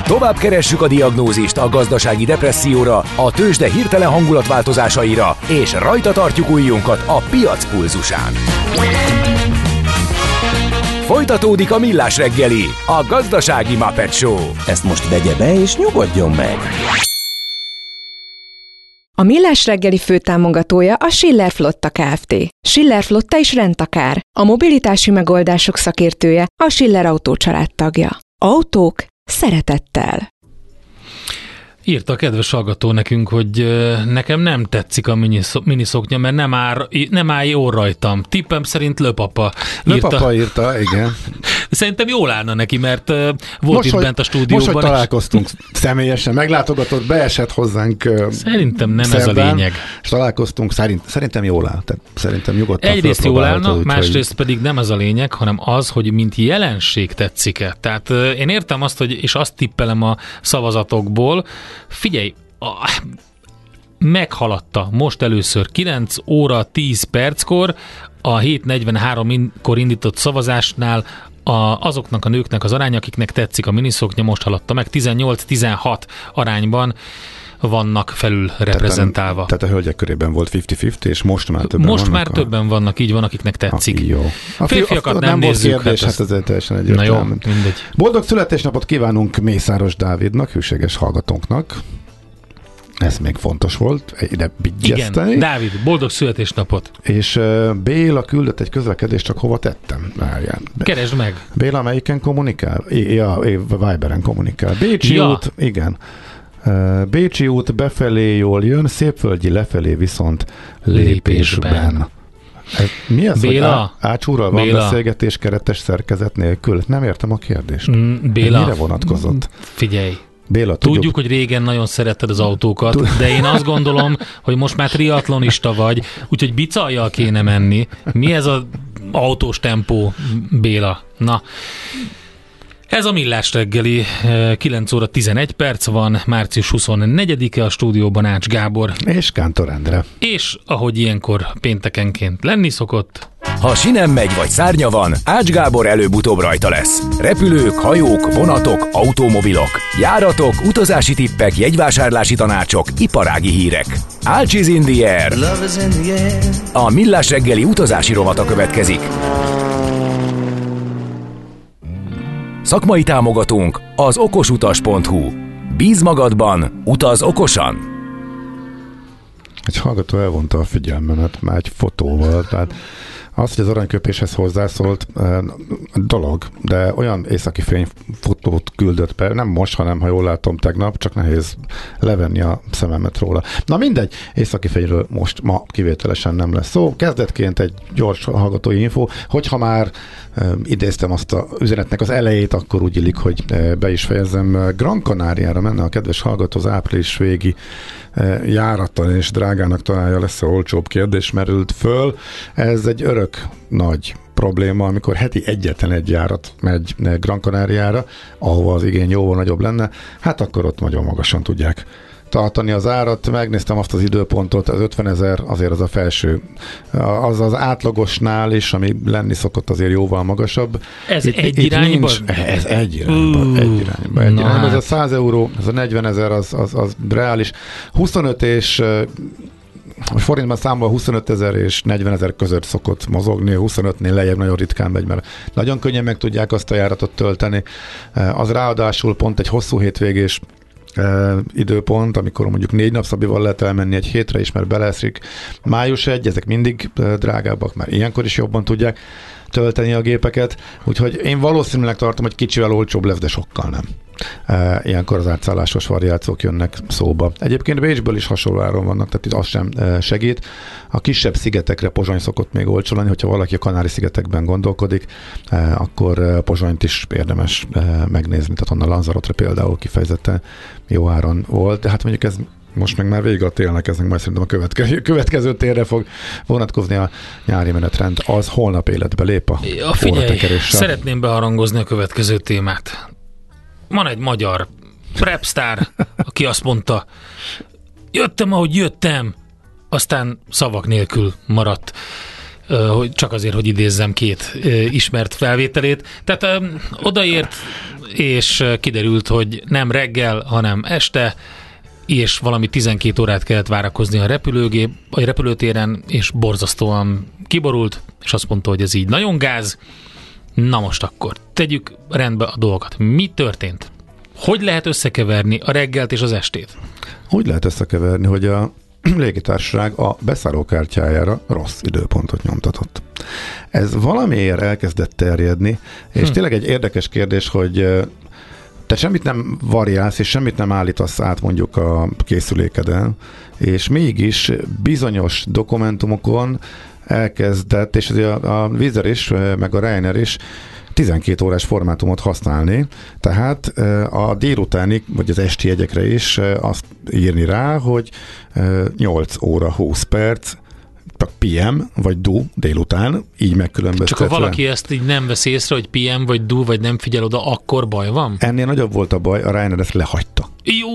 Tovább keressük a diagnózist a gazdasági depresszióra, a tőzsde hirtelen hangulatváltozásaira, és rajta tartjuk ujjunkat a piac pulzusán. Folytatódik a Millás reggeli, a gazdasági Muppet Show. Ezt most vegye be és nyugodjon meg! A Millás reggeli főtámogatója a Schiller Flotta Kft. Schiller Flotta is rendtakár. A mobilitási megoldások szakértője, a Schiller Autó család tagja. Autók szeretettel. Írta a kedves hallgató nekünk, hogy nekem nem tetszik a miniszoknya, mert nem áll jól rajtam. Tippem szerint Löpapa írta, igen. Szerintem jól állna neki, mert volt itt bent a stúdióban. Most, hogy találkoztunk személyesen, meglátogatott, beesett hozzánk szerintem nem szerdán, ez a lényeg. És találkoztunk, szerintem jól áll. Tehát szerintem nyugodtan. Egyrészt jól állna, másrészt pedig nem ez a lényeg, hanem az, hogy mint jelenség tetszik-e. Tehát én értem azt, hogy, és azt tippelem a szavazatokból, figyelj, meghaladta most először 9 óra 10 perckor a 7:43-kor indított szavazásnál azoknak a nőknek az aránya, akiknek tetszik a miniszoknya, most haladta meg, 18-16 arányban vannak felül reprezentálva. Tehát a hölgyek körében volt 50-50, és most már többen most vannak? Most már többen vannak, így van, akiknek tetszik. Jó. A férfiakat nem nézzük. Kérdés, hát ez teljesen egyértelmű. Na jó, mindegy. Boldog születésnapot kívánunk Mészáros Dávidnak, hűséges hallgatónknak. Ez még fontos volt, ide bigyeszteni. Igen, Dávid, boldog születésnapot. És Béla küldött egy közlekedést, csak hova tettem? Várjál. Keresd meg. Béla melyiken kommunikál? Viberen kommunikál. Bécsi út, igen. Bécsi út befelé jól jön, Szépvölgyi lefelé viszont lépésben. Mi az, Béla? hogy Ácsúrral van beszélgetés keretes szerkezet nélkül? Nem értem a kérdést. Béla. Mire vonatkozott? Figyelj. Béla, tudjuk, hogy régen nagyon szeretted az autókat, de én azt gondolom, hogy most már triatlonista vagy, úgyhogy bicajjal kéne menni. Mi ez az autós tempó, Béla? Na, ez a Millás reggeli, 9 óra 11 perc van, március 24-e, a stúdióban Ács Gábor. És Kántor Endre. És ahogy ilyenkor péntekenként lenni szokott. Ha sinem megy vagy szárnya van, Ács Gábor előbb-utóbb rajta lesz. Repülők, hajók, vonatok, automobilok, járatok, utazási tippek, jegyvásárlási tanácsok, iparági hírek. Ács is in the air. A Millás reggeli utazási rovata következik. Szakmai támogatónk az okosutas.hu. Bíz magadban, utaz okosan! Egy hallgató elvonta a figyelmemet már egy fotóval, tehát az, hogy az aranyköpéshez hozzászólt dolog, de olyan északi fényfotót küldött be, nem most, hanem ha jól látom tegnap, csak nehéz levenni a szememet róla. Na mindegy, északi fényről most ma kivételesen nem lesz szó. Kezdetként egy gyors hallgatói info, hogyha már idéztem azt az üzenetnek az elejét, akkor úgy illik, hogy be is fejezzem. Gran Canariára menne a kedves hallgató, az április végi járattal, és drágának találja, lesz olcsóbb kérdés merült föl. Ez egy örök nagy probléma, amikor heti egyetlen egy járat megy Gran Canariára, ahova az igény jóval nagyobb lenne, hát akkor ott nagyon magasan tudják tartani az árat. Megnéztem azt az időpontot, az 50 000 azért az a felső, az az átlagosnál is, ami lenni szokott, azért jóval magasabb. Ez egy irányba? Ez egy irányba. Ez a 100 euró, ez a 40 000 az reális. 25 és forintban számolva 25 000 és 40 000 között szokott mozogni, 25-nél lejjebb nagyon ritkán megy, mert nagyon könnyen meg tudják azt a járatot tölteni. Az ráadásul pont egy hosszú hétvégés időpont, amikor mondjuk 4 napszabbival lehet elmenni egy hétre is, mert beleeszik május 1, ezek mindig drágábbak, már ilyenkor is jobban tudják tölteni a gépeket, úgyhogy én valószínűleg tartom, hogy kicsivel olcsóbb lesz, de sokkal nem. Ilyenkor az átszállásos variációk jönnek szóba. Egyébként Bécsből is hasonló áron vannak, tehát itt az sem segít. A kisebb szigetekre Pozsony szokott még olcsó lenni, hogyha valaki a Kanári-szigetekben gondolkodik, akkor Pozsonyt is érdemes megnézni, tehát onnan Lanzarotre például kifejezetten jó áron volt, de hát mondjuk ez most meg már vége a télnek, eznek majd szerintem a következő térre fog vonatkozni a nyári menetrend. Az holnap életbe lép a óratekeréssel. Szeretném beharangozni a következő témát. Van egy magyar prepstar, aki azt mondta, jöttem, ahogy jöttem, aztán szavak nélkül maradt. hogy csak azért, hogy idézzem két ismert felvételét. Tehát odaért, és kiderült, hogy nem reggel, hanem este, és valami 12 órát kellett várakozni a repülőtéren, és borzasztóan kiborult, és azt mondta, hogy ez így nagyon gáz. Na most akkor tegyük rendbe a dolgokat. Mi történt? Hogy lehet összekeverni a reggelt és az estét? Úgy lehet összekeverni, hogy a légitársaság a beszállókártyájára rossz időpontot nyomtatott. Ez valamiért elkezdett terjedni, és tényleg egy érdekes kérdés, hogy te semmit nem variálsz, és semmit nem állítasz át mondjuk a készülékeden, és mégis bizonyos dokumentumokon elkezdett, és a Wizz Air is, meg a Ryanair is 12 órás formátumot használni, tehát a délutáni, vagy az esti jegyekre is azt írni rá, hogy 8 óra 20 perc, PM vagy DU délután, így megkülönböztetve. Csak ha valaki ezt így nem vesz észre, hogy PM vagy DU, vagy nem figyel oda, akkor baj van? Ennél nagyobb volt a baj, a Ryanair ezt lehagyta. Jó,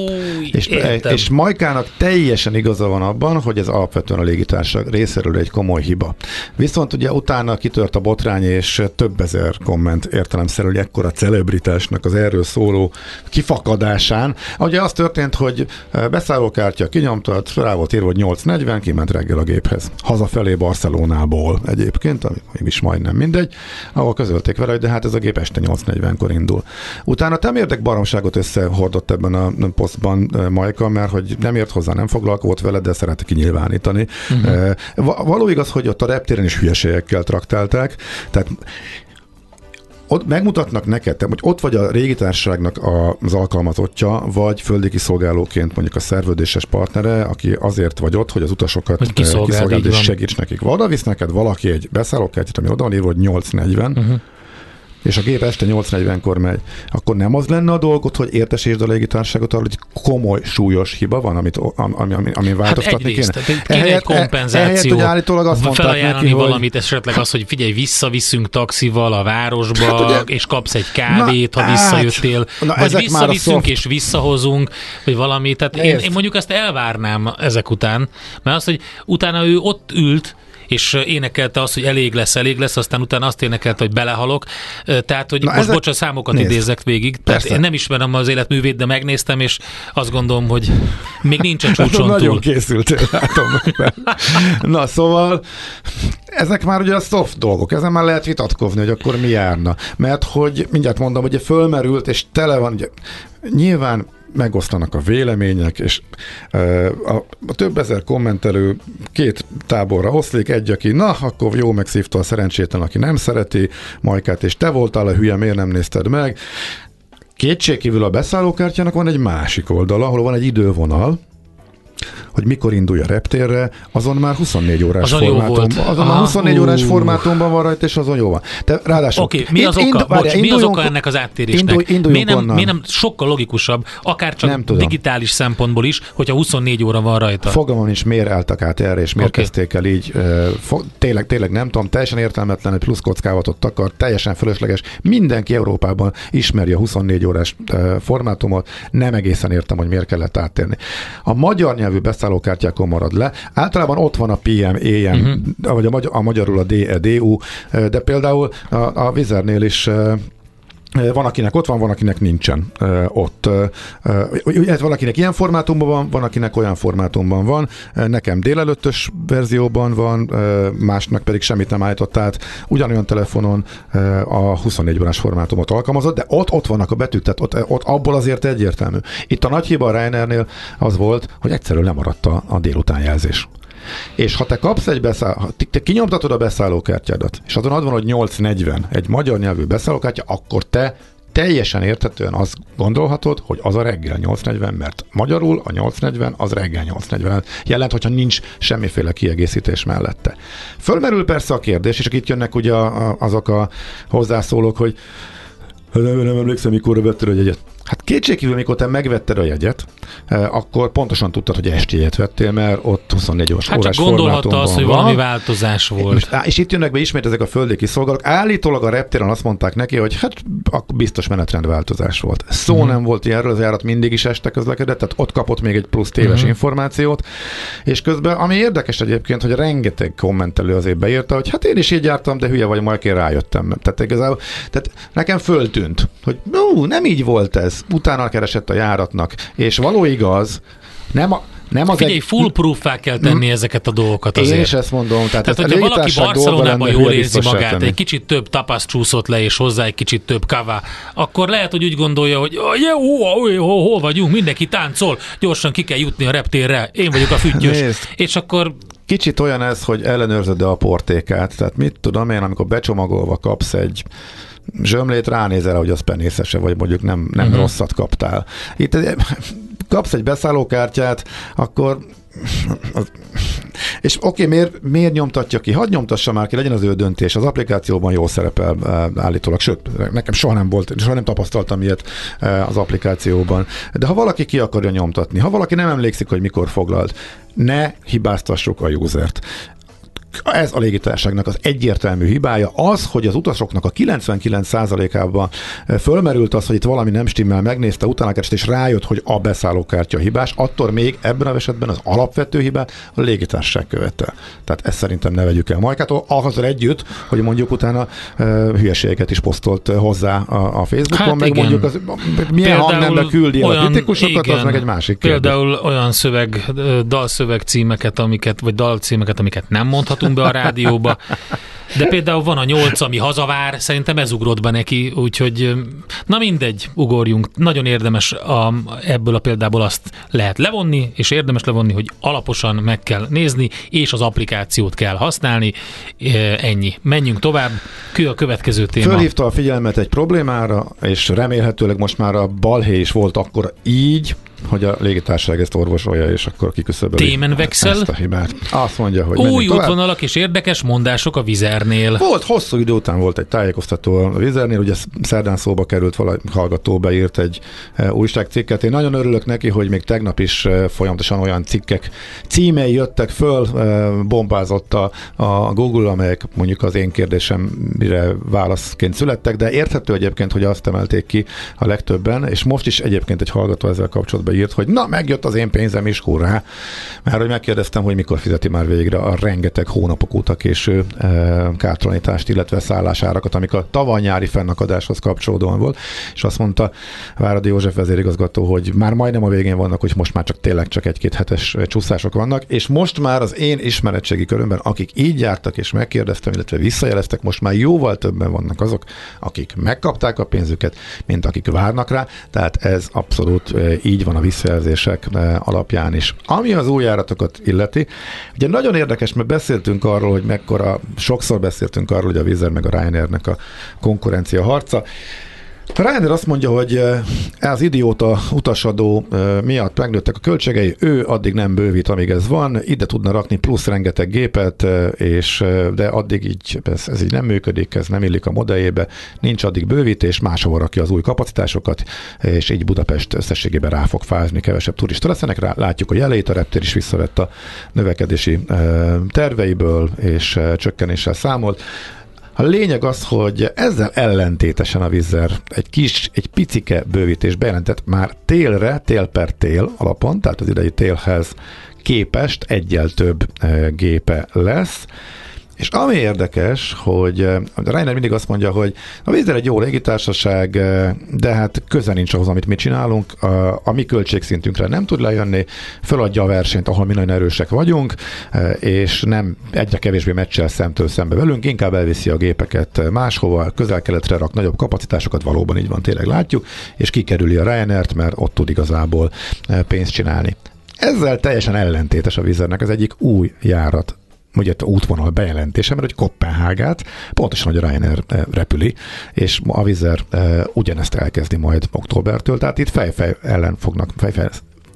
és Majkának teljesen igaza van abban, hogy ez alapvetően a légitársaság részéről egy komoly hiba. Viszont ugye utána kitört a botrány, és több ezer komment értelemszerűen ekkora celebritásnak az erről szóló kifakadásán. Ugye az történt, hogy beszállókártya kinyomtat, rá volt írva, hogy 8:40, kiment reggel a géphez. Hazafelé Barcelonából egyébként, ami mégis majdnem mindegy, ahol közölték vele, hogy de hát ez a gép este 8:40-kor indul. Utána temérdek baromságot összehordott ebben a posztban Majka, mert hogy nem ért hozzá, nem foglalkozott vele, de szerette kinyilvánítani. Való igaz, hogy ott a reptéren is hülyeségekkel traktálták, tehát ott megmutatnak neked, hogy ott vagy a légitársaságnak az alkalmazottja, vagy földi kiszolgálóként mondjuk a szerződéses partnere, aki azért vagy ott, hogy az utasokat kiszolgáld és segíts nekik. Oda visz neked valaki egy beszállókártyát, ami oda van írva, hogy 8:40, és a gép este 8:40-kor megy, akkor nem az lenne a dolgot, hogy értesítsd a légitársaságot arra, hogy komoly, súlyos hiba van, ami változtatni kéne? Kéne egy kompenzáció, ehelyett, hogy azt felajánlani neki, valamit, esetleg az, hogy figyelj, visszaviszünk taxival a városba, hát, és kapsz egy kávét, ha visszajöttél, vagy visszaviszünk és visszahozunk, vagy valami. Tehát én mondjuk ezt elvárnám ezek után, mert az, hogy utána ő ott ült, és énekelte azt, hogy elég lesz, aztán utána azt énekelte, hogy belehalok. Tehát, hogy most bocsánat, számokat idézzek végig. Tehát én nem ismerem az életművét, de megnéztem, és azt gondolom, hogy még nincs a csúcson túl. Nagyon készültél, látom. Na, szóval ezek már ugye a soft dolgok, ezen már lehet vitatkozni, hogy akkor mi járna. Mert hogy mindjárt mondom, hogy fölmerült, és tele van, ugye, nyilván megosztanak a vélemények, és a több ezer kommentelő két táborra oszlik, egy, aki akkor jó megszívta a szerencsétlen, aki nem szereti Majkát, és te voltál a hülye, miért nem nézted meg? Kétségkívül a beszállókártyának van egy másik oldala, ahol van egy idővonal, hogy mikor indulj a reptérre, azon már 24 órás formátumban. Azon már 24 órás formátumban van rajta, és azon jó van. De ráadásul... Oké, mi az oka? Mi az oka ennek az áttérésnek? Miért nem sokkal logikusabb, akár csak digitális szempontból is, hogyha 24 óra van rajta? Fogalmam nincs, miért álltak át erre, és miért kezdték el így. Tényleg nem tudom, teljesen értelmetlen, egy plusz kockávatot akar, teljesen fölösleges. Mindenki Európában ismeri a 24 órás formátumot, nem egészen értem, hogy miért kellett áttérni. A magyar nyelvű beszállókártyákon marad le. Általában ott van a PM, EM, vagy a magyarul a DU, de például a Wizz Airnél is van, akinek ott van akinek nincsen ott. Valakinek ilyen formátumban van akinek olyan formátumban van. Nekem délelőttös verzióban van, másnak pedig semmit nem állított át. Ugyanolyan telefonon a 24 órás formátumot alkalmazott, de ott vannak a betűk, tehát ott abból azért egyértelmű. Itt a nagy hiba a Ryanairnél az volt, hogy egyszerűen lemaradt a délutánjelzés. És ha te kapsz te kinyomtatod a beszállókártyádat, és azon ad van, hogy 8:40 egy magyar nyelvű beszállókártya, akkor te teljesen érthetően azt gondolhatod, hogy az a reggel 8:40, mert magyarul a 8:40 az reggel 8:40 jelent, hogyha nincs semmiféle kiegészítés mellette. Fölmerül persze a kérdés, és itt jönnek ugye azok a hozzászólók, hogy nem emlékszem, mikor vettél egy egyet. Hát kétségkívül, amikor te megvetted a jegyet, akkor pontosan tudtad, hogy esti jegyet vettél, mert ott 24 órás csak gondolhatta azt, hogy valami változás volt. És itt jönnek be ismét ezek a földi kiszolgálók. Állítólag a reptéren azt mondták neki, hogy hát akkor biztos menetrendváltozás volt. Szó nem volt ilyenről, az járat mindig is este közlekedett, tehát ott kapott még egy plusz téves információt, és közben, ami érdekes egyébként, hogy rengeteg kommentelő azért beírta, hogy hát én is így jártam, de hülye vagy, majd én rájöttem. Tehát nekem föltűnt, hogy nem így volt ez. Utána keresett a járatnak, és való igaz, nem az figyelj, foolproof-fá kell tenni ezeket a dolgokat azért. Én is ezt mondom. Tehát hogyha valaki Barcelonában jól érzi magát, egy kicsit több tapas csúszott le, és hozzá egy kicsit több kava, akkor lehet, hogy úgy gondolja, hogy hol vagyunk, mindenki táncol, gyorsan ki kell jutni a reptérre, én vagyok a füttyös. És akkor kicsit olyan ez, hogy ellenőrzöd a portékát. Tehát mit tudom én, amikor becsomagolva kapsz egy zsömlét, ránézel, hogy az penészese, vagy mondjuk nem rosszat kaptál. Itt kapsz egy beszállókártyát, akkor és oké, miért nyomtatja ki? Hadd nyomtassa már ki, legyen az ő döntés. Az applikációban jól szerepel állítólag, sőt, nekem soha nem tapasztaltam ilyet az applikációban. De ha valaki ki akarja nyomtatni, ha valaki nem emlékszik, hogy mikor foglalt, ne hibáztassuk a usert. Ez a légitársaságnak az egyértelmű hibája. Az, hogy az utasoknak a 99%-ában fölmerült az, hogy itt valami nem stimmel, megnézte, utána keresett, és rájött, hogy a beszállókártya hibás, attól még ebben az esetben az alapvető hibát a légitársaság követte. Tehát ezt szerintem ne vegyük el Majkától. Ahhoz együtt, hogy mondjuk utána hülyeségeket is posztolt hozzá a Facebookon, hát meg igen. Mondjuk az, milyen hangnembe küldi a kritikusokat, igen, az meg egy másik kérdés. Például olyan dalszöveg címeket, vagy dalcímeket, amiket nem mondhatunk be a rádióba, de például van a 8, ami hazavár, szerintem ez ugrott be neki, úgyhogy na mindegy, ugorjunk. Nagyon érdemes ebből a példából azt lehet levonni, és érdemes levonni, hogy alaposan meg kell nézni, és az applikációt kell használni. Ennyi. Menjünk tovább. A következő téma. Fölhívta a figyelmet egy problémára, és remélhetőleg most már a balhé is volt akkor így, hogy a légitársaság ezt orvosolja, és akkor kiküszöböli ezt a hibát. Azt mondja, hogy új útvonalak és érdekes mondások a Vizernél. Volt, hosszú idő után volt egy tájékoztató a Vizernél, ugye szerdán szóba került, valami hallgató beírt egy újságcikket. Én nagyon örülök neki, hogy még tegnap is folyamatosan olyan cikkek címei jöttek föl, bombázott a Google, amelyek mondjuk az én kérdésemre válaszként születtek, de érthető egyébként, hogy azt emelték ki a legtöbben, és most is egyébként egy hallgató ezzel kapcsolatban írt, hogy na, megjött az én pénzem is, hurrá! Mert hogy megkérdeztem, hogy mikor fizeti már végre a rengeteg hónapok óta késő kártalanítást, illetve szállásárakat, amik a tavaly nyári fennakadáshoz kapcsolódóan volt, és azt mondta Váradi József vezérigazgató, hogy már majdnem a végén vannak, hogy most már tényleg csak egy-két hetes csúszások vannak, és most már az én ismeretségi körömben, akik így jártak és megkérdeztem, illetve visszajeleztek, most már jóval többen vannak azok, akik megkapták a pénzüket, mint akik várnak rá, tehát ez abszolút így van a visszajelzések alapján is. Ami az új járatokat illeti, ugye nagyon érdekes, mert beszéltünk arról, hogy sokszor beszéltünk arról, hogy a Wizz Air meg a Ryanairnek a konkurencia harca. A Ryanair azt mondja, hogy az idióta utasadó miatt megnőttek a költségei, ő addig nem bővít, amíg ez van, ide tudna rakni plusz rengeteg gépet, de addig így, ez így nem működik, ez nem illik a modelljébe, nincs addig bővítés, máshova rakja az új kapacitásokat, és így Budapest összességében rá fog fázni, kevesebb turista lesz. Ennek látjuk a jeleit, a reptér is visszavett a növekedési terveiből, és csökkenéssel számolt. A lényeg az, hogy ezzel ellentétesen a Wizz Air egy picike bővítés bejelentett már télre, tél per tél alapon, tehát az idei télhez képest egyel több gépe lesz. És ami érdekes, hogy a Ryanair mindig azt mondja, hogy a Wizz Air egy jó légitársaság, de hát köze nincs ahhoz, amit mi csinálunk, a mi költségszintünkre nem tud lejönni, föladja a versenyt, ahol mi nagyon erősek vagyunk, és nem egyre kevésbé meccsel szemtől szembe velünk, inkább elviszi a gépeket máshova, közel-keletre rak nagyobb kapacitásokat, valóban így van, tényleg látjuk, és kikerüli a Ryanairt, mert ott tud igazából pénzt csinálni. Ezzel teljesen ellentétes a Wizz Airnek az egyik új járat, ugye a útvonal bejelentése, mert hogy Koppenhágát pontosan, hogy a Ryanair repüli, és a Wizz Air ugyanezt elkezdi majd októbertől, tehát itt fejfej ellen fognak,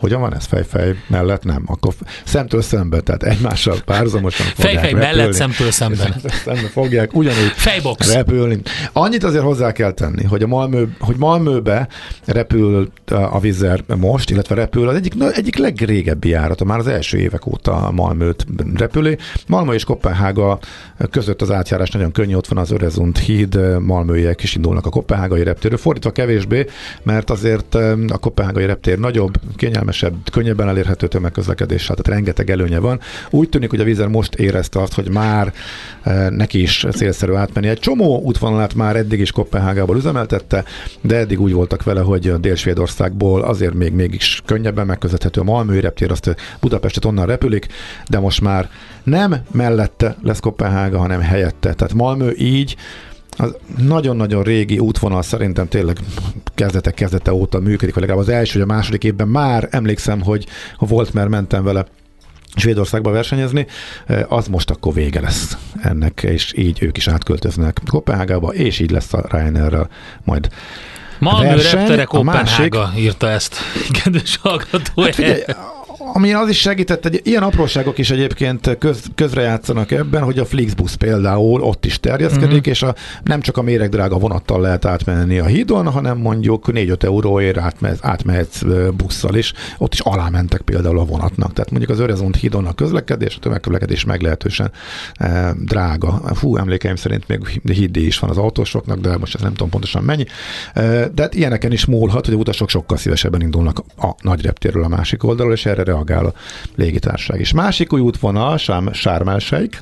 Hogyan van ez? Fejfej mellett? Nem. Akkor szemtől szembe, tehát egymással párhuzamosan fogják Fejfej mellett, szemtől szemben. Szembe fogják ugyanúgy Fejbox. repülni. Annyit azért hozzá kell tenni, hogy Malmöbe repül a Wizz Air most, illetve repül az egyik legrégebbi járata, már az első évek óta Malmöt repüli. Malmö és Koppenhága között az átjárás nagyon könnyű, ott van az Öresund híd, malmöiek is indulnak a koppenhágai reptérről, fordítva kevésbé, mert azért a koppenhágai reptér nagyobb, kényelmesebb, könnyebben elérhető tömegközlekedéssel, tehát rengeteg előnye van. Úgy tűnik, hogy a Wizz Air most érezte azt, hogy már neki is célszerű átmenni. Egy csomó útvonalát már eddig is Koppenhágából üzemeltette, de eddig úgy voltak vele, hogy a Dél-Svédországból azért mégis könnyebben megközelíthető a malmöi reptér, azt Budapestet onnan repülik, de most már nem mellette lesz Koppenhága, hanem helyette. Tehát Malmö így az nagyon-nagyon régi útvonal szerintem tényleg kezdete óta működik, vagy legalább az első vagy a második évben már emlékszem, hogy volt, mert mentem vele Svédországba versenyezni, az most akkor vége lesz ennek, és így ők is átköltöznek Koppenhágába, és így lesz a Ryanairrel majd Malmö reptere Koppenhága írta ezt, kedves hallgató. Hát figyelj, ami az is segített, hogy ilyen apróságok is egyébként közrejátszanak ebben, hogy a Flixbus például ott is terjeszkedik, és nem csak a méregdrága vonattal lehet átmenni a hídon, hanem mondjuk 4-5 euróért átmehetsz busszal is. Ott is alámentek például a vonatnak. Tehát mondjuk az Öresund hídon a közlekedés, a tömegközlekedés meglehetősen drága. Emlékeim szerint még híddíj is van az autósoknak, de most ez nem tudom pontosan mennyi. De hát ilyeneken is múlhat, hogy a utasok sokkal szívesebben indulnak a nagy reptérről a másik oldalról, és erre reagál a légitársaság is. Másik új útvonal, Sharm el-Sheikh,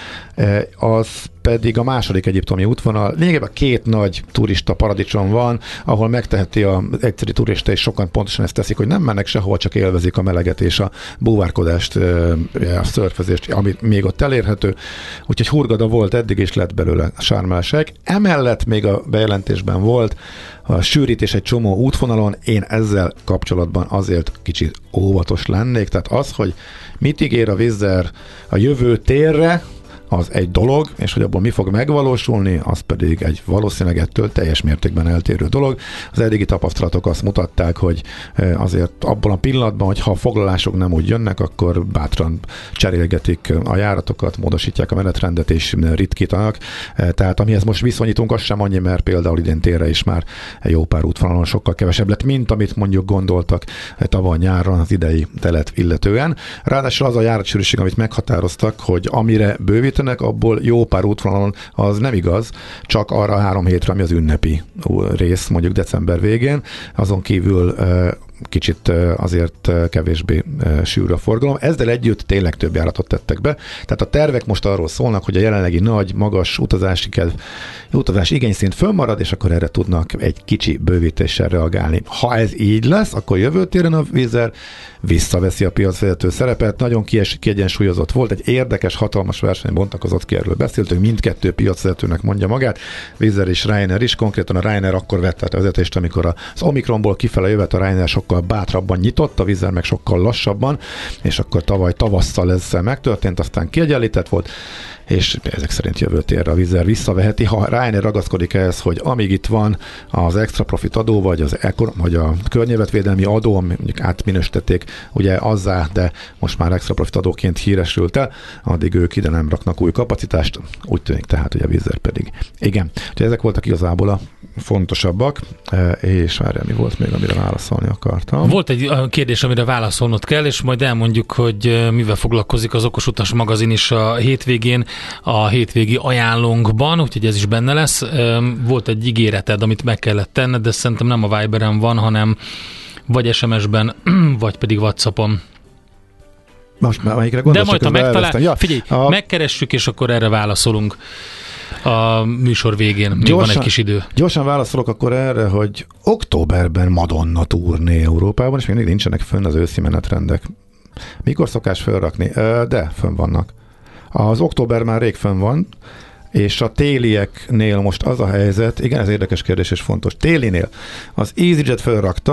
az pedig a második egyiptomi útvonal. Lényegében 2 nagy turista paradicsom van, ahol megteheti az egyszerű turista, és sokan pontosan ezt teszik, hogy nem mennek sehova, csak élvezik a meleget és a búvárkodást, a szörfözést, amit még ott elérhető. Úgyhogy hurgada volt eddig, és lett belőle a Sharm el-Sheikh. Emellett még a bejelentésben volt a sűrítés egy csomó útvonalon. Én ezzel kapcsolatban azért kicsit óvatos lennék. Tehát az, hogy mit ígér a Wizz Air a jövő térre, az egy dolog, és hogy abból mi fog megvalósulni, az pedig egy valószínűleg ettől teljes mértékben eltérő dolog. Az eddigi tapasztalatok azt mutatták, hogy azért abban a pillanatban, hogyha a foglalások nem úgy jönnek, akkor bátran cserélgetik a járatokat, módosítják a menetrendet és ritkítanak. Tehát amihez most viszonyítunk, az sem annyi, mert például idén térre is már jó pár útvonalon sokkal kevesebb lett, mint amit mondjuk gondoltak tavaly nyáron az idei telet illetően. Ráadásul az a járatsűrűség, amit meghatároztak, hogy amire bővít abból jó pár útvonalon az nem igaz, csak arra 3 hétre, ami az ünnepi rész, mondjuk december végén, azon kívül kicsit azért kevésbé sűrű a forgalom. Ezzel együtt tényleg több járatot tettek be. Tehát a tervek most arról szólnak, hogy a jelenlegi nagy, magas utazási igényszint fönnmarad, és akkor erre tudnak egy kicsi bővítéssel reagálni. Ha ez így lesz, akkor jövő téren a Wizz Air visszaveszi a piacvezető szerepet. Nagyon kiegyensúlyozott volt, egy érdekes, hatalmas verseny bontakozott ki, erről beszéltünk, mindkettő piacvezetőnek mondja magát, Wizz Air és Ryanair is. Konkrétan a Ryanair akkor vett át a vezetést, amikor az Omikronból kifele jövet, a Ryanair sokkal bátrabban nyitott, a Wizz Air meg sokkal lassabban, és akkor tavaly tavasszal ez megtörtént, aztán kiegyenlített volt, és ezek szerint jövő térre a Wizz Air visszaveheti. Ha Ryanair ragaszkodik ehhez, hogy amíg itt van az extra profit adó, vagy a környezetvédelmi adó, mondjuk átminősítették ugye azzá, de most már extra profit adóként híresült el, addig ők ide nem raknak új kapacitást, úgy tűnik tehát, hogy a Wizz Air pedig. Igen, úgyhogy ezek voltak igazából a fontosabbak, és várjál, mi volt még, amire válaszolni akartam. Volt egy kérdés, amire válaszolnod kell, és majd elmondjuk, hogy mivel foglalkozik az Okos Utas magazin is a hétvégén, a hétvégi ajánlónkban, úgyhogy ez is benne lesz. Volt egy ígéreted, amit meg kellett tenned, de szerintem nem a Viberen van, hanem vagy SMS-ben, vagy pedig WhatsAppon. Most már melyikre gondolsz? De majd, ha megtalál, figyelj, megkeressük, és akkor erre válaszolunk a műsor végén. Még van egy kis idő. Gyorsan válaszolok akkor erre, hogy októberben Madonna turné Európában, és még nincsenek fönn az őszi menetrendek. Mikor szokás felrakni? De fönn vannak. Az október már rég fönn van, és a télieknél most az a helyzet, igen, ez érdekes kérdés és fontos. Télinél az EasyJet felrakta,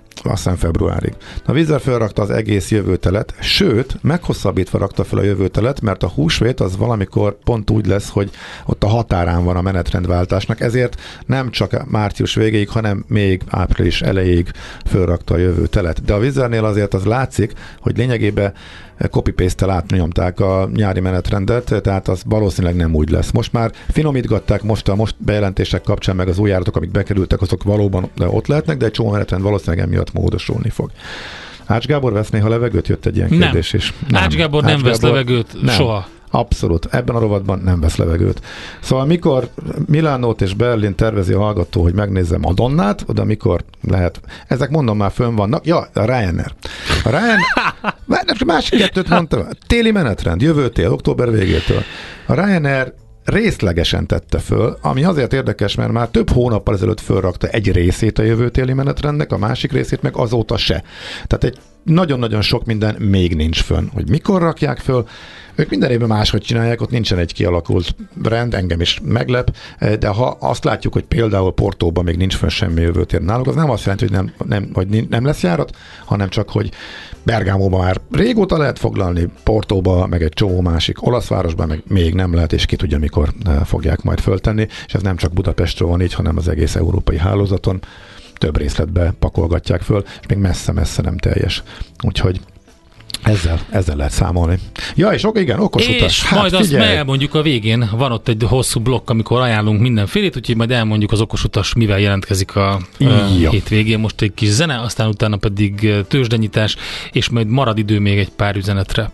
aztán februárig. A Wizz felrakta az egész jövőtelet, sőt, meghosszabbítva rakta fel a jövőtelet, mert a húsvét az valamikor pont úgy lesz, hogy ott a határán van a menetrendváltásnak, ezért nem csak március végéig, hanem még április elejéig felrakta a jövőtelet. De a Wizznél azért az látszik, hogy lényegében copy-paste-tel átnyomták a nyári menetrendet, tehát az valószínűleg nem úgy lesz. Most már finomítgatták, most bejelentések kapcsán, meg az új járatok, amik bekerültek, azok valóban ott lehetnek, de egy csomó menetrend valószínűleg emiatt módosulni fog. Ács Gábor vesz néha levegőt? Jött egy ilyen kérdés is. Nem. Ács Gábor nem vesz levegőt soha. Abszolút. Ebben a rovatban nem vesz levegőt. Szóval mikor Milánót és Berlin tervezi a hallgató, hogy megnézze Madonnát, oda mikor lehet. Ezek mondom már fönn vannak. Ja, a Ryanair. A Ryanair, másik kettőt mondtam. Téli menetrend, jövő tél, október végétől. A Ryanair részlegesen tette föl, ami azért érdekes, mert már több hónappal ezelőtt fölrakta egy részét a jövő téli menetrendnek, a másik részét meg azóta se. Tehát egy nagyon-nagyon sok minden még nincs fönn. Hogy mikor rakják föl, ők minden évben máshogy csinálják, ott nincsen egy kialakult rend, engem is meglep, de ha azt látjuk, hogy például Portóban még nincs fönn semmi jövőtér náluk, az nem azt jelenti, hogy nem lesz járat, hanem csak, hogy Bergámóban már régóta lehet foglalni, Portóba, meg egy csomó másik olasz városban meg még nem lehet, és ki tudja, mikor fogják majd föltenni, és ez nem csak Budapestről van így, hanem az egész európai hálózaton több részletbe pakolgatják föl, és még messze-messze nem teljes. Úgyhogy ezzel lehet számolni. Ja, és igen, okos utas. És hát majd azt elmondjuk a végén, van ott egy hosszú blokk, amikor ajánlunk mindenfélét, úgyhogy majd elmondjuk az okos utas, mivel jelentkezik a hétvégén. Most egy kis zene, aztán utána pedig tőzsdenyítás, és majd marad idő még egy pár üzenetre.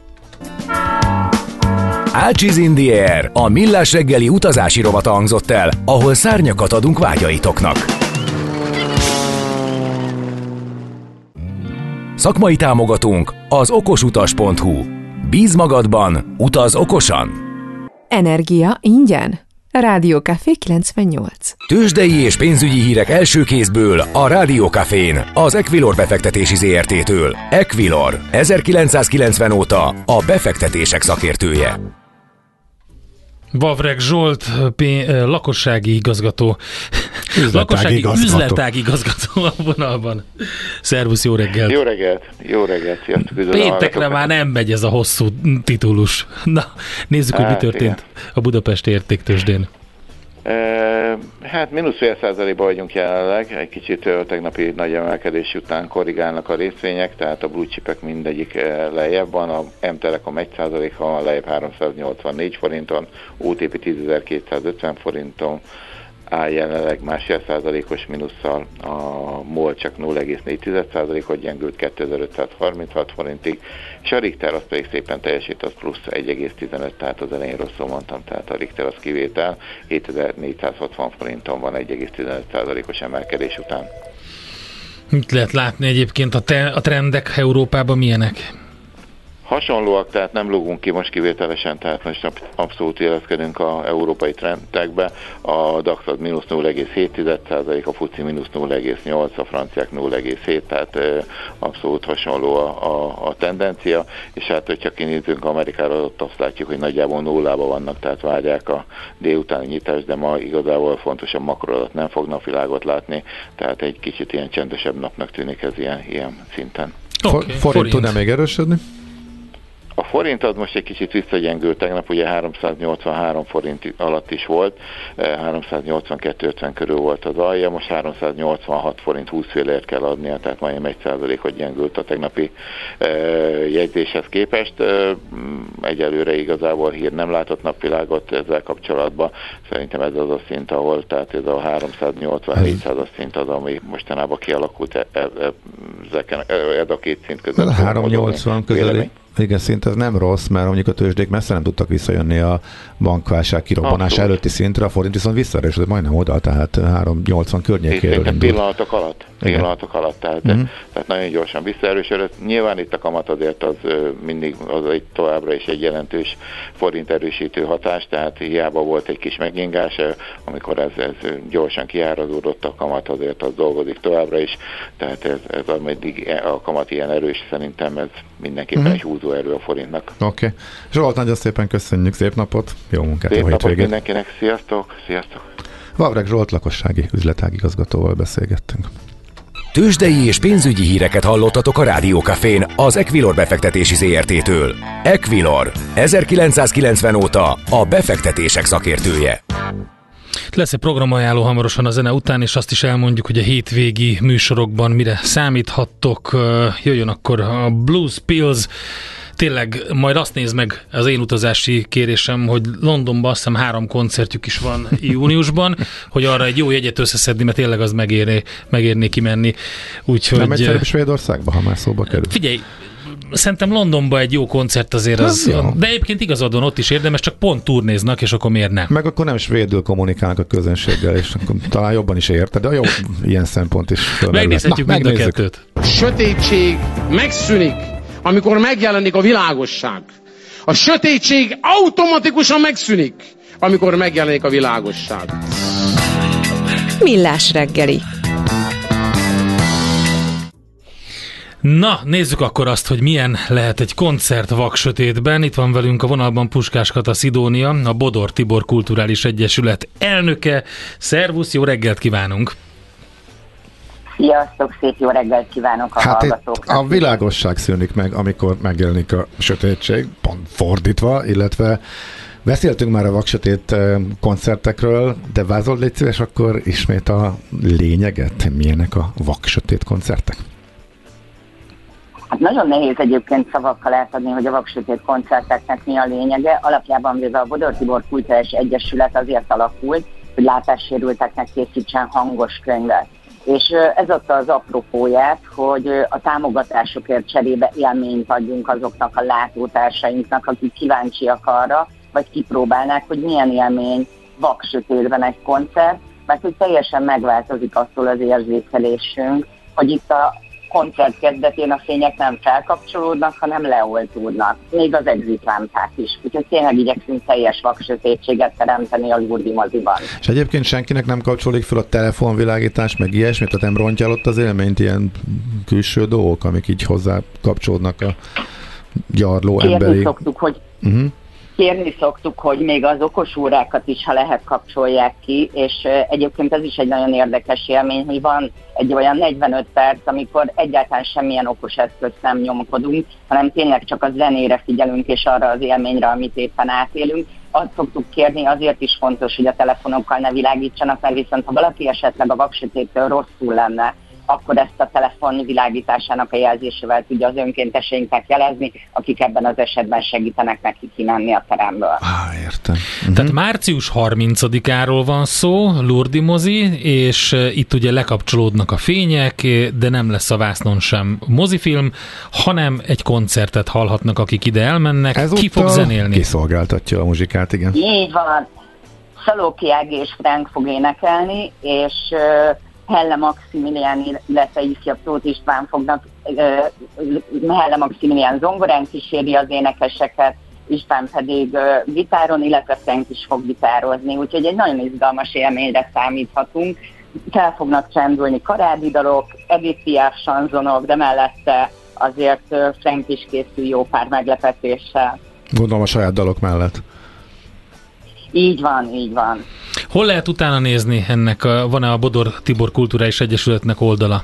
Ácsiz in the Air, a millás reggeli utazási rovata hangzott el, ahol szárnyakat adunk vágyaitoknak. Szakmai támogatónk az okosutas.hu. Bíz magadban, utaz okosan! Energia ingyen. Rádió Café 98. Tőzsdei és pénzügyi hírek első kézből a Rádió Cafén, az Equilor befektetési ZRT-től. Equilor, 1990 óta a befektetések szakértője. Vavreg Zsolt, lakossági igazgató. Üzletági igazgató a vonalban. Szervusz, jó reggelt! Jó reggelt, sziasztok! Péntekre már nem megy ez a hosszú titulus. Na, nézzük, hogy mi történt a Budapesti Értéktőzsdén. Hát -0,5%-ban vagyunk jelenleg, egy kicsit a tegnapi nagy emelkedés után korrigálnak a részvények, tehát a blue chipek mindegyik lejjebb van, a M-Telekom 1%-on van lejjebb 384 forinton, OTP 10.250 forinton, áll jelenleg 1,5%-os mínusszal, a MOL csak 0,4%-ot gyengült 2536 forintig, és a Richter az pedig szépen teljesít, az plusz 1,15, tehát az elején rosszul mondtam, tehát a Richter az kivétel, 7460 forinton van 1,15%-os emelkedés után. Mit lehet látni egyébként a trendek Európában milyenek? Hasonlóak, tehát nem lógunk ki most kivételesen, tehát most abszolút illeszkedünk az európai trendekbe. A DAX az -0,7%, a FTSE -0,8%, a franciák 0,7%, tehát abszolút hasonló a tendencia, és hát, hogyha kinézünk Amerikára, ott azt látjuk, hogy nagyjából nullában vannak, tehát várják a délutáni nyitást, de ma igazából fontosabb makroadat nem fog napvilágot látni, tehát egy kicsit ilyen csendesebb napnak tűnik ez ilyen szinten. Forint tud-e még erősödni? A forint az most egy kicsit visszagyengült, tegnap ugye 383 forint alatt is volt, 382,50 körül volt az alja, most 386 forint 20 félért kell adnia, tehát majdnem 1%-ot gyengült a tegnapi jegyzéshez képest. Egyelőre igazából hír nem látott napvilágot ezzel kapcsolatban, szerintem ez az a szint, ahol, tehát ez a 380-400 az szint az, ami mostanában kialakult ez a két szint között. 380 közeli. Igen, szint ez nem rossz, mert mondjuk a tőzsdék messze nem tudtak visszajönni a bankválság kirobbanás előtti szintre, a forint viszont visszaerősödött majdnem oda, tehát 380 környékéről indult. Pillanatok alatt, tehát nagyon gyorsan visszaerősödött. Nyilván itt a kamat azért az mindig az egy továbbra is egy jelentős forint erősítő hatás, tehát hiába volt egy kis megingás, amikor ez gyorsan kiárazódott, a kamat azért az dolgozik továbbra is, tehát ez ameddig a kamat ilyen erős, szerintem ez mindenképpen egy húzó erő a forintnak. Oké. Zsolt, nagyon szépen köszönjük, szép napot, jó munkát, szép napot mindenkinek, sziasztok! Vavreg Zsolt lakossági üzletágigazgatóval beszélgettünk. Tőzsdei és pénzügyi híreket hallottatok a Rádiókafén az Equilor befektetési ZRT-től. Equilor, 1990 óta a befektetések szakértője. Lesz egy programajánló hamarosan a zene után, és azt is elmondjuk, hogy a hétvégi műsorokban mire számíthattok. Jöjjön akkor a Blues Pills. Tényleg majd azt nézd meg, az én utazási kérésem, hogy Londonban azt hiszem 3 koncertjük is van júniusban, hogy arra egy jó jegyet összeszedni, mert tényleg az megérné kimenni. Úgyhogy... Nem egyszerűbb Svédországba, ha már szóba kerül. Figyelj, szerintem Londonban egy jó koncert azért az... De egyébként igazad van, ott is érdemes, csak pont turnéznak, és akkor miért nem? Meg akkor nem svédül kommunikálnak a közönséggel, és akkor talán jobban is érted, de jó, ilyen szempont is fölmerül. Megnézhetjük mind a kettőt. A sötétség megszűnik, amikor megjelenik a világosság. A sötétség automatikusan megszűnik, amikor megjelenik a világosság. Millás reggeli. Na, nézzük akkor azt, hogy milyen lehet egy koncert vaksötétben. Itt van velünk a vonalban Puskás Kata Szidónia, a Bodor Tibor Kulturális Egyesület elnöke. Szervusz, jó reggelt kívánunk! Sziasztok, szép jó reggelt kívánok a hallgatóknak. A világosság szűnik meg, amikor megjelenik a sötétség, pont fordítva, illetve beszéltünk már a vaksötét koncertekről, de vázold légy szíves akkor ismét a lényeget, milyenek a vaksötét koncertek? Hát nagyon nehéz egyébként szavakkal átadni, hogy a vaksötét koncerteknek mi a lényege. Alapjában véve a Bodor Tibor Kulturális Egyesület azért alakult, hogy látássérülteknek készítsen hangos könyvet. És ez adta az apropóját, hogy a támogatásokért cserébe élményt adjunk azoknak a látótársainknak, akik kíváncsiak arra, vagy kipróbálnák, hogy milyen élmény vaksötétben egy koncert, mert hogy teljesen megváltozik attól az érzékelésünk, hogy itt a koncert kezdetén a fények nem felkapcsolódnak, hanem leoltódnak. Még az exitlámpák is. Úgyhogy tényleg igyekszünk teljes vaksötétséget teremteni a Lourdes moziban. És egyébként senkinek nem kapcsolódik fel a telefonvilágítás, meg ilyesmit, tehát nem rontja ott az élményt ilyen külső dolgok, amik így hozzá kapcsolódnak a gyarló emberi... Kérni szoktuk, hogy még az okos órákat is, ha lehet, kapcsolják ki, és egyébként ez is egy nagyon érdekes élmény, hogy van egy olyan 45 perc, amikor egyáltalán semmilyen okos eszközt nem nyomkodunk, hanem tényleg csak a zenére figyelünk, és arra az élményre, amit éppen átélünk. Azt szoktuk kérni, azért is fontos, hogy a telefonokkal ne világítsanak, mert viszont ha valaki esetleg a vaksötéttől rosszul lenne, akkor ezt a telefon világításának a jelzésével tudja az önkénteseinknek jelezni, akik ebben az esetben segítenek neki kimenni a teremből. Értem. Tehát március 30-áról van szó, Lourdes mozi, és itt ugye lekapcsolódnak a fények, de nem lesz a vásznon sem mozifilm, hanem egy koncertet hallhatnak, akik ide elmennek. Ezúttal ki fog zenélni? Kiszolgáltatja a muzsikát, igen. Így van. Szalóki Ági és Frank fog énekelni, és Helle Maximilián, illetve ifjabb Tóth István fognak, Helle Maximilián zongorán kíséri az énekeseket, István pedig gitáron, illetve Frank is fog gitározni, úgyhogy egy nagyon izgalmas élményre számíthatunk. Fel fognak csendülni karádi dalok, Edith Piaf sanzonok, de mellette azért Frank is készül jó pár meglepetéssel. Gondolom a saját dalok mellett. Így van, így van. Hol lehet utána nézni ennek? Van-e a Bodor Tibor Kulturális Egyesületnek oldala?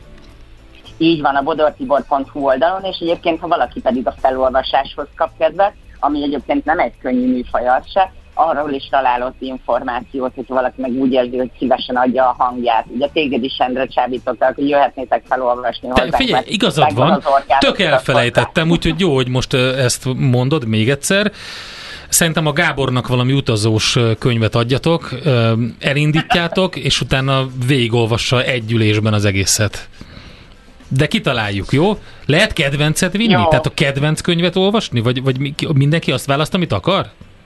Így van, a bodortibor.hu oldalon, és egyébként, ha valaki pedig a felolvasáshoz kap kedvet, ami egyébként nem egy könnyű műfaj az se, arról is találott információt, hogyha valaki meg úgy érzi, hogy szívesen adja a hangját. Ugye téged is, Endre, csábítottak, hogy jöhetnétek felolvasni hozzánk. Figyelj, igazad van, tök elfelejtettem, úgyhogy jó, hogy most ezt mondod még egyszer. Szerintem a Gábornak valami utazós könyvet adjatok, elindítjátok, és utána végigolvassa egy ülésben az egészet. De kitaláljuk, jó? Lehet kedvencet vinni? Jó. Tehát a kedvenc könyvet olvasni? Vagy mindenki azt választ, amit akar?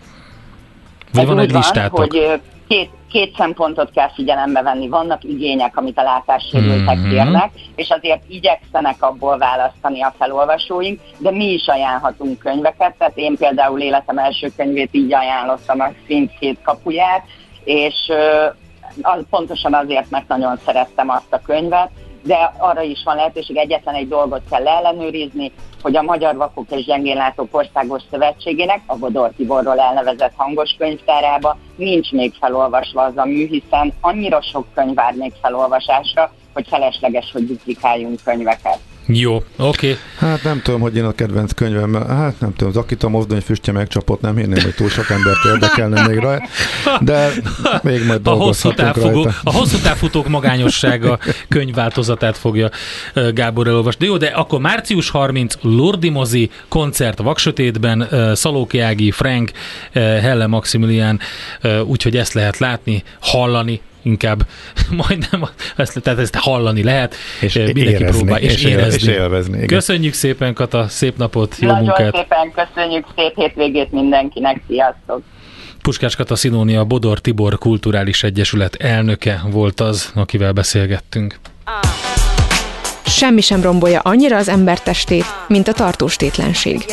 Vagy van egy listátok? Hogy két szempontot kell figyelembe venni. Vannak igények, amit a látássérültek kérnek, és azért igyekszenek abból választani a felolvasóink, de mi is ajánlhatunk könyveket, tehát én például életem első könyvét így ajánlottam, a Szint 7 kapuját, és pontosan azért, mert nagyon szerettem azt a könyvet, de arra is van lehetőség, egyetlen egy dolgot kell ellenőrizni, hogy a Magyar Vakok és Gyengénlátók Országos Szövetségének, a Bodor Tiborról elnevezett hangos könyvtárába nincs még felolvasva az a mű, hiszen annyira sok könyv vár még felolvasásra, hogy felesleges, hogy duplikáljunk könyveket. Jó, oké. Hát nem tudom, hogy én a kedvenc könyvem, hát nem tudom, az Akita mozdony füstje megcsapott, nem hinném, hogy túl sok embert érdekelne még rá, de még majd dolgozhatunk rajta. A hosszú távfutók magányossága könyvváltozatát fogja Gábor elolvasni. Jó, de akkor március 30, Lordi mozi, koncert Vaksötétben, Szalóki Ági, Frank, Helle Maximilián, úgyhogy ezt lehet látni, hallani, inkább majdnem, tehát ezt hallani lehet, és mindenki próbál, és érezni. És élvezni. Igen. Köszönjük szépen, Kata, szép napot, jó Nagyon munkát! szépen köszönjük, szép hétvégét mindenkinek, sziasztok! Puskás Kata Sinónia, Bodor Tibor Kulturális Egyesület elnöke volt az, akivel beszélgettünk. Semmi sem rombolja annyira az ember testét, mint a tartós tétlenség.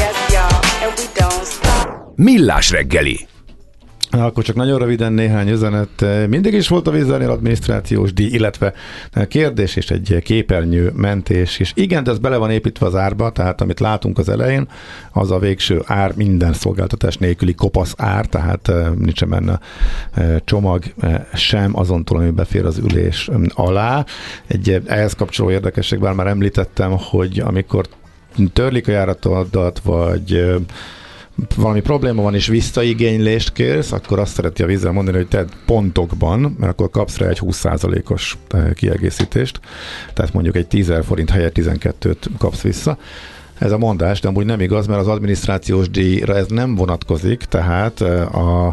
Millás reggeli. Akkor csak nagyon röviden néhány üzenet. Mindig is volt a vízzelnél adminisztrációs díj, illetve kérdés és egy képernyő mentés is. Igen, de ez bele van építve az árba, tehát amit látunk az elején, az a végső ár, minden szolgáltatás nélküli kopasz ár, tehát nincsen benne csomag sem azon túl, ami befér az ülés alá. Egy ehhez kapcsoló érdekesség, bár már említettem, hogy amikor törlik a járatodat, vagy valami probléma van, és visszaigénylést kérsz, akkor azt szereti a vízzel mondani, hogy tedd pontokban, mert akkor kapsz rá egy 20%-os kiegészítést. Tehát mondjuk egy 10 000 forint helyett 12-t kapsz vissza. Ez a mondás, de amúgy nem igaz, mert az adminisztrációs díjra ez nem vonatkozik, tehát a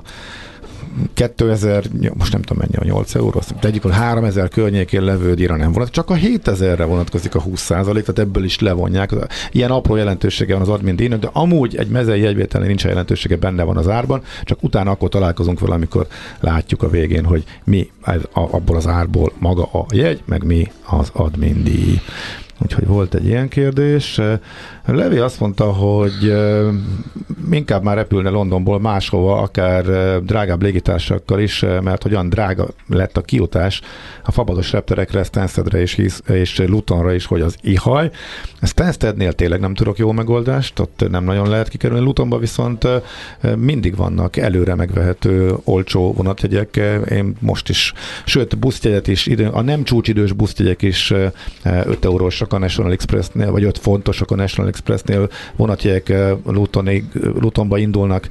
2000, most nem tudom mennyi a 8 euró, de egyik 3000 környékén levő díjra nem vonatkozik, csak a 7000-re vonatkozik a 20%, tehát ebből is levonják. Ilyen apró jelentősége van az admin díjnak, de amúgy egy mezei jegyvételnél nincs jelentősége, benne van az árban, csak utána akkor találkozunk vele, amikor látjuk a végén, hogy mi abból az árból maga a jegy, meg mi az admin díj. Úgyhogy volt egy ilyen kérdés. Levi azt mondta, hogy inkább már repülne Londonból máshova, akár drágább légitársakkal is, mert olyan drága lett a kijutás a fabados repterekre, Stanstedre és Lutonra is, hogy az ihaj. Stanstednél tényleg nem tudok jó megoldást, ott nem nagyon lehet kikerülni. Lutonba viszont mindig vannak előre megvehető olcsó vonatjegyek. Én most is, sőt buszjegyet is, a nem csúcsidős buszjegyek is 5 eurósak a National Expressnél, vagy 5 fontosak a National Expressnél, vonatjegyek Lutonba indulnak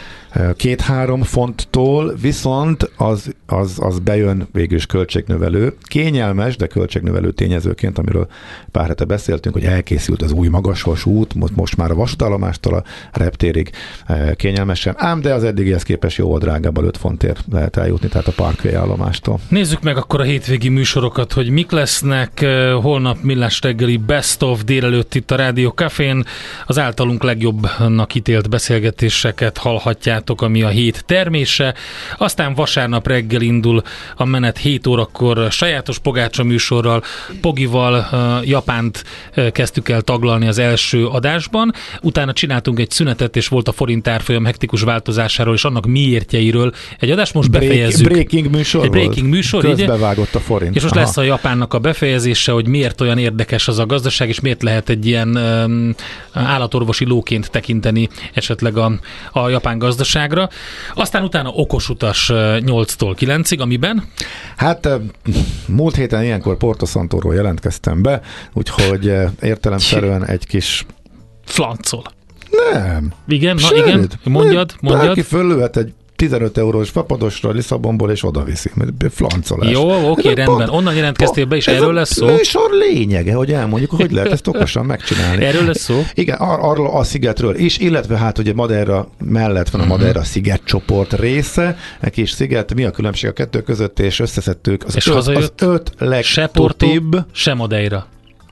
2-3 fonttól, viszont az bejön végül is költségnövelő. Kényelmes, de költségnövelő tényezőként, amiről pár hete beszéltünk, hogy elkészült az új magasvasút, most már a vasútállomástól a reptérig kényelmesen, ám de az eddigihez képest jóval drágább, 5 fontért lehet eljutni, tehát a Parkway állomástól. Nézzük meg akkor a hétvégi műsorokat, hogy mik lesznek. Holnap Millás reggeli Best of délelőtt itt a Rádió Cafén. Az általunk legjobbnak ítélt beszélgetéseket hallhatják, ami a hét termése. Aztán vasárnap reggel indul a menet 7 órakor sajátos Pogácsa műsorral. Pogival Japánt kezdtük el taglalni az első adásban. Utána csináltunk egy szünetet, és volt a forint árfolyam hektikus változásáról, és annak miértjeiről egy adást most befejezzük. Breaking műsor egy breaking műsor, közbevágott a forint. És most lesz a Japánnak a befejezése, hogy miért olyan érdekes az a gazdaság, és miért lehet egy ilyen állatorvosi lóként tekinteni esetleg a japán gazdaságra. Aztán utána okosutas 8-tól 9-ig, amiben? Hát múlt héten ilyenkor Porto Santóról jelentkeztem be, úgyhogy értelemszerűen egy kis... Flancol. Nem. Igen, na igen, mondjad. Bárki föllőhet egy 15 eurós fapadosra Lisszabonból, és odaviszi. Flancolás. Jó, oké, rendben. Onnan jelentkeztél be, és erről lesz szó? Ez a műsor lényege, hogy elmondjuk, hogy lehet ezt okosan megcsinálni. Erről lesz szó? Igen, arról a szigetről is, illetve hát ugye Madeira mellett van a Madeira szigetcsoport része, egy kis sziget, mi a különbség a kettő között, és összeszedtük az 5 legtutibb. Se Porto, se Madeira.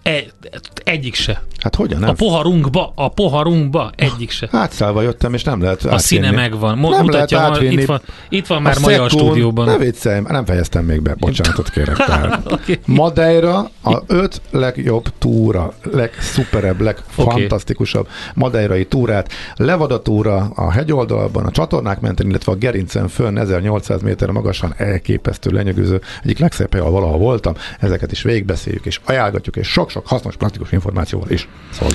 Egyik se. Hát hogyan nem? A poharunkba egyik se. Átszállva jöttem, és nem lehet átvinni. A színe megvan. Nem lehet átvinni. Itt van már Maja a stúdióban. Ne viccelj, nem fejeztem még be. Bocsánatot kérek. Okay. Madeira a 5 legjobb túra, legszuperebb, legfantasztikusabb madeirai túrát. Levada túra a hegyoldalban, a csatornák mentén, illetve a gerincen fönn 1800 méter magasan, elképesztő, lenyűgöző. Egyik legszebb hely, ahol valaha voltam. Ezeket is végigbeszéljük és ajánlgatjuk, és sok-sok hasznos, praktikus információval is szolgálunk.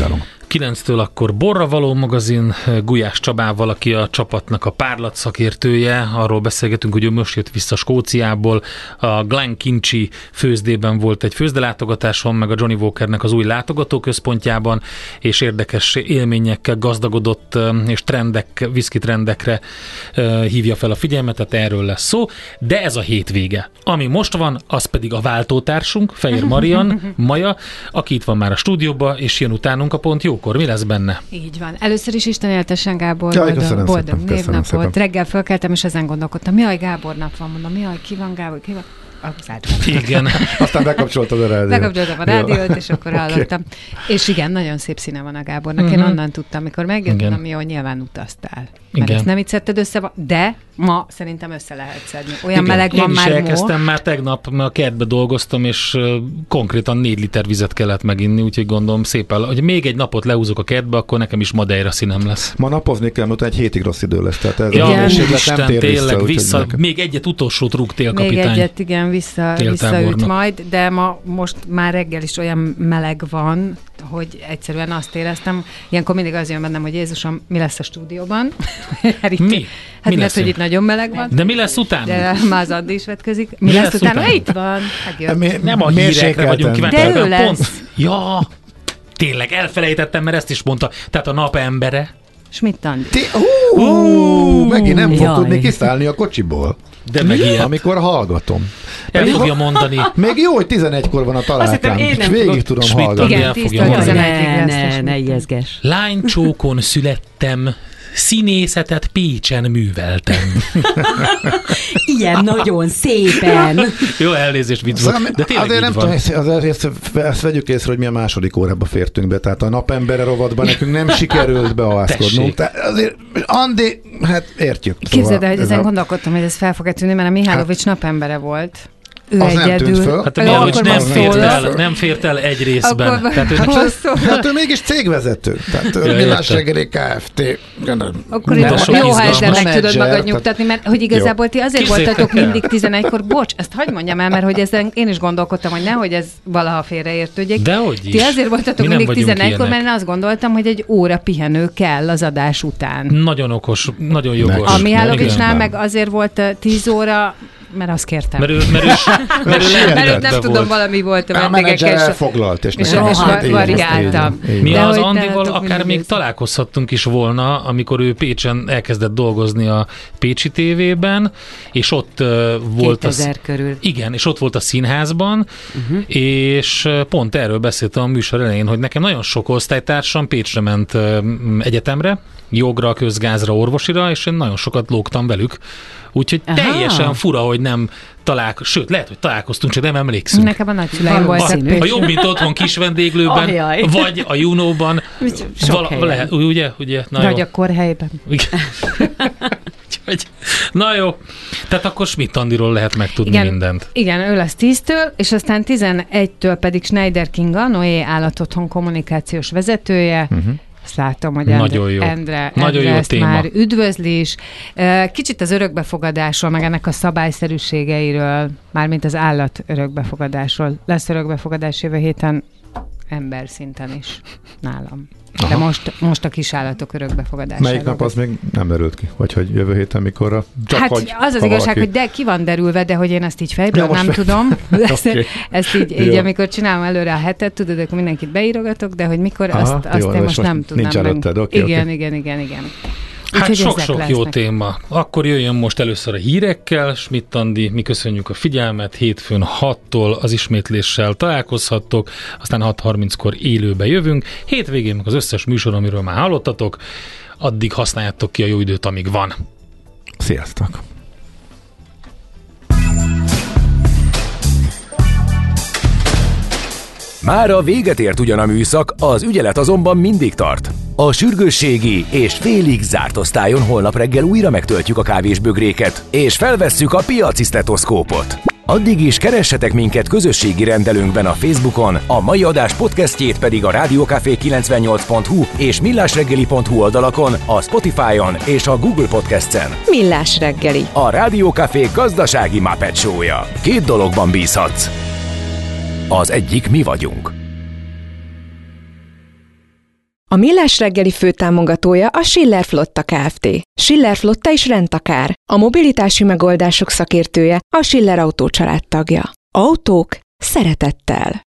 9-től akkor Borra való magazin Gulyás Csabával, aki a csapatnak a párlat szakértője. Arról beszélgetünk, hogy ő most jött vissza Skóciából. A Glen Kinchy főzdében volt egy főzdelátogatáson, meg a Johnny Walkernek az új látogatóközpontjában, és érdekes élményekkel gazdagodott, és whisky trendekre hívja fel a figyelmet, tehát erről lesz szó. De ez a hétvége. Ami most van, az pedig a váltótársunk, Fejér Marian, Maja, aki itt van már a stúdióban, és jön utánunk a Pont Jókor. Mi lesz benne? Így van. Először is Isten éltessen, Gábor. Boldog névnap volt. Reggel fölkeltem, és ezen gondolkodtam. Jaj, Gábor nap van, mondom. Jaj, ki van Gábor? Ki van? Igen. Aztán bekapcsoltad a rádiót. Bekapcsoltam a rádiót, és akkor hallottam. Okay. És igen, nagyon szép színe van a Gábornak. Én onnan tudtam, amikor megjöttem, ami jól nyilván utaztál. Mert ezt nem így szedted össze, de ma szerintem össze lehet szedni. Olyan meleg van már. Én is elkezdtem már tegnap, mert a kertbe dolgoztam, és konkrétan 4 liter vizet kellett meginni, úgyhogy gondolom szépen, hogy még egy napot leúzok a kertbe, akkor nekem is Madeira színem lesz. Ma napozni kell, mert egy hétig rossz idő lesz. Tehát ez ja, Isten, tényleg vissza. Még egyet utolsót rúg télkapitány. Még egyet, igen, visszaüt majd, de most már reggel is olyan meleg van, hogy egyszerűen azt éreztem, ilyenkor mindig az jön bennem, hogy Jézusom, mi lesz a stúdióban? Mi? Hát mert, hogy itt nagyon meleg van. De mi lesz utána? De már az Andi is vetközik. Mi lesz utána? Itt van. Nem a hírekre vagyunk kíváncsi. De ő lesz. Ja, tényleg elfelejtettem, mert ezt is mondta. Tehát a napembere. Schmidt Andi. Megint nem fog tudni kiszállni a kocsiból. De meg ilyen. Amikor hallgatom. El fogja mondani. Még jó, hogy 11-kor van a találkám. Végig tudom hallgatni. Igen, 10-től ne ijeszges. Lánycsókon születtem, színészetet Pécsen műveltem. Ilyen nagyon szépen. Jó, elnézést, vicc volt. De tényleg azért nem van. Tudom, ezt vegyük észre, hogy mi a második órába fértünk be, tehát a napembere rovatban nekünk nem sikerült bealázkodnunk. Azért, Andi, hát értjük. Képzeld el, hogy ezen gondolkodtam, hogy ez fel fog tűnni, mert a Mihálovics napembere volt. Ő az egyedül. Hát a Mihálovics nem fért el egy részben. Tehát ő mégis cégvezető. Tehát ő Millás reggeli Kft. Akkor jó, ha ezzel meg tudod magad nyugtatni, mert hogy igazából ti azért voltatok mindig 11-kor. Bocs, ezt hagyd mondjam el, mert hogy ezen én is gondolkodtam, hogy nehogy ez valaha félreértődjék. Dehogy is. Ti azért voltatok mindig 11-kor, mert én azt gondoltam, hogy egy óra pihenő kell az adás után. Nagyon okos, nagyon jogos. A Mihálovicsnál meg azért volt 10 óra, mert azt kértem. Mert nem tudom, valami volt a menedzser elfoglalt, és variáltam. Mi az Andival akár még találkozhattunk is volna, amikor ő Pécsen elkezdett dolgozni a Pécsi TV-ben, és ott volt 2000 körül. Igen, és ott volt a színházban, és pont erről beszéltem a műsor elején, hogy nekem nagyon sok osztálytársam Pécsre ment egyetemre, jogra, közgázra, orvosira, és én nagyon sokat lógtam velük. Úgyhogy teljesen fura, hogy nem sőt, lehet, hogy találkoztunk, csak nem emlékszünk. Nekem a nagyszüleim voltak. A Jobb, mint otthon kis vendéglőben, vagy a Junóban. Lehet, ugye? Vagy a Korhelyben. Na jó, tehát akkor Schmidt Andiról lehet megtudni mindent. Igen, ő lesz 10-től, és aztán 11-től pedig Schneider Kinga, Noé állatotthon kommunikációs vezetője. Azt látom, hogy Endre ezt téma. Már üdvözli is. Kicsit az örökbefogadásról, meg ennek a szabályszerűségeiről, mármint az állat örökbefogadásról. Lesz örökbefogadás jövő héten ember szinten is nálam. De most a kisállatok örökbefogadásáról. Melyik nap az még nem derült ki? Vagy hogy jövő héten mikorra? Csak hát az az igazság, hogy de ki van derülve, de hogy én ezt így fejből nem tudom. Ezt így amikor csinálom előre a hetet, tudod, akkor mindenkit beírogatok, de hogy mikor, azt én most nem tudom. Nincs előtted, Igen. Hát sok-sok jó téma. Akkor jöjjön most először a hírekkel. Schmidt Andi, mi köszönjük a figyelmet. Hétfőn 6-tól az ismétléssel találkozhattok, aztán 6:30-kor élőbe jövünk. Hétvégén meg az összes műsor, amiről már hallottatok. Addig használjátok ki a jó időt, amíg van. Sziasztok! Mára véget ért ugyan a műszak, az ügyelet azonban mindig tart. A sürgősségi és félig zárt osztályon holnap reggel újra megtöltjük a kávésbögréket, és felvesszük a piaci sztetoszkópot. Addig is keressetek minket közösségi rendelőnkben a Facebookon, a mai adás podcastjét pedig a rádiókafé98.hu és millásreggeli.hu oldalakon, a Spotify-on és a Google Podcasts-en. Millás reggeli. A Rádiókafé gazdasági Muppet show-ja. 2 dologban bízhatsz. Az egyik mi vagyunk. A Millás reggeli főtámogatója a Schiller Flotta Kft. Schiller Flotta és rendtakár. A mobilitási megoldások szakértője, a Schiller Autó család tagja. Autók szeretettel.